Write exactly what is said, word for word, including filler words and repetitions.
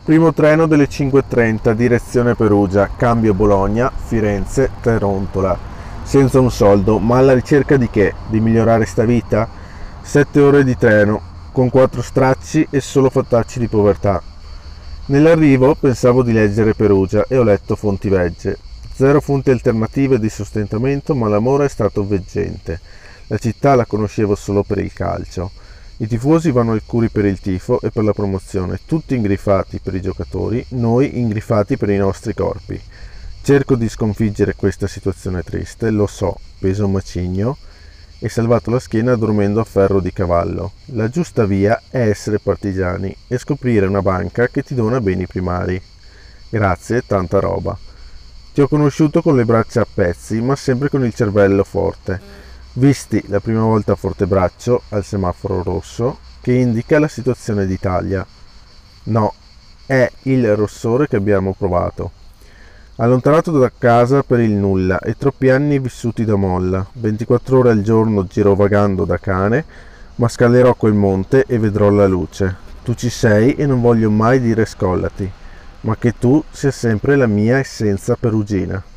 Primo treno delle cinque e trenta, direzione Perugia, cambio Bologna, Firenze, Tarantola. Senza un soldo, ma alla ricerca di che? Di migliorare sta vita? Sette ore di treno, con quattro stracci e solo fattacci di povertà. Nell'arrivo pensavo di leggere Perugia e ho letto fonti vegge. Zero fonti alternative di sostentamento, ma l'amore è stato veggente. La città la conoscevo solo per il calcio. I tifosi vanno al Curi per il tifo e per la promozione, tutti ingrifati per i giocatori, noi ingrifati per i nostri corpi. Cerco di sconfiggere questa situazione triste, lo so, peso un macigno, e salvato la schiena dormendo a ferro di cavallo. La giusta via è essere partigiani e scoprire una banca che ti dona beni primari. Grazie, tanta roba. Ti ho conosciuto con le braccia a pezzi, ma sempre con il cervello forte. Visti la prima volta a Fortebraccio, al semaforo rosso, che indica la situazione d'Italia. No, è il rossore che abbiamo provato. Allontanato da casa per il nulla e troppi anni vissuti da molla, ventiquattro ore al giorno girovagando da cane, ma scalerò quel monte e vedrò la luce. Tu ci sei e non voglio mai dire scollati, ma che tu sia sempre la mia essenza perugina.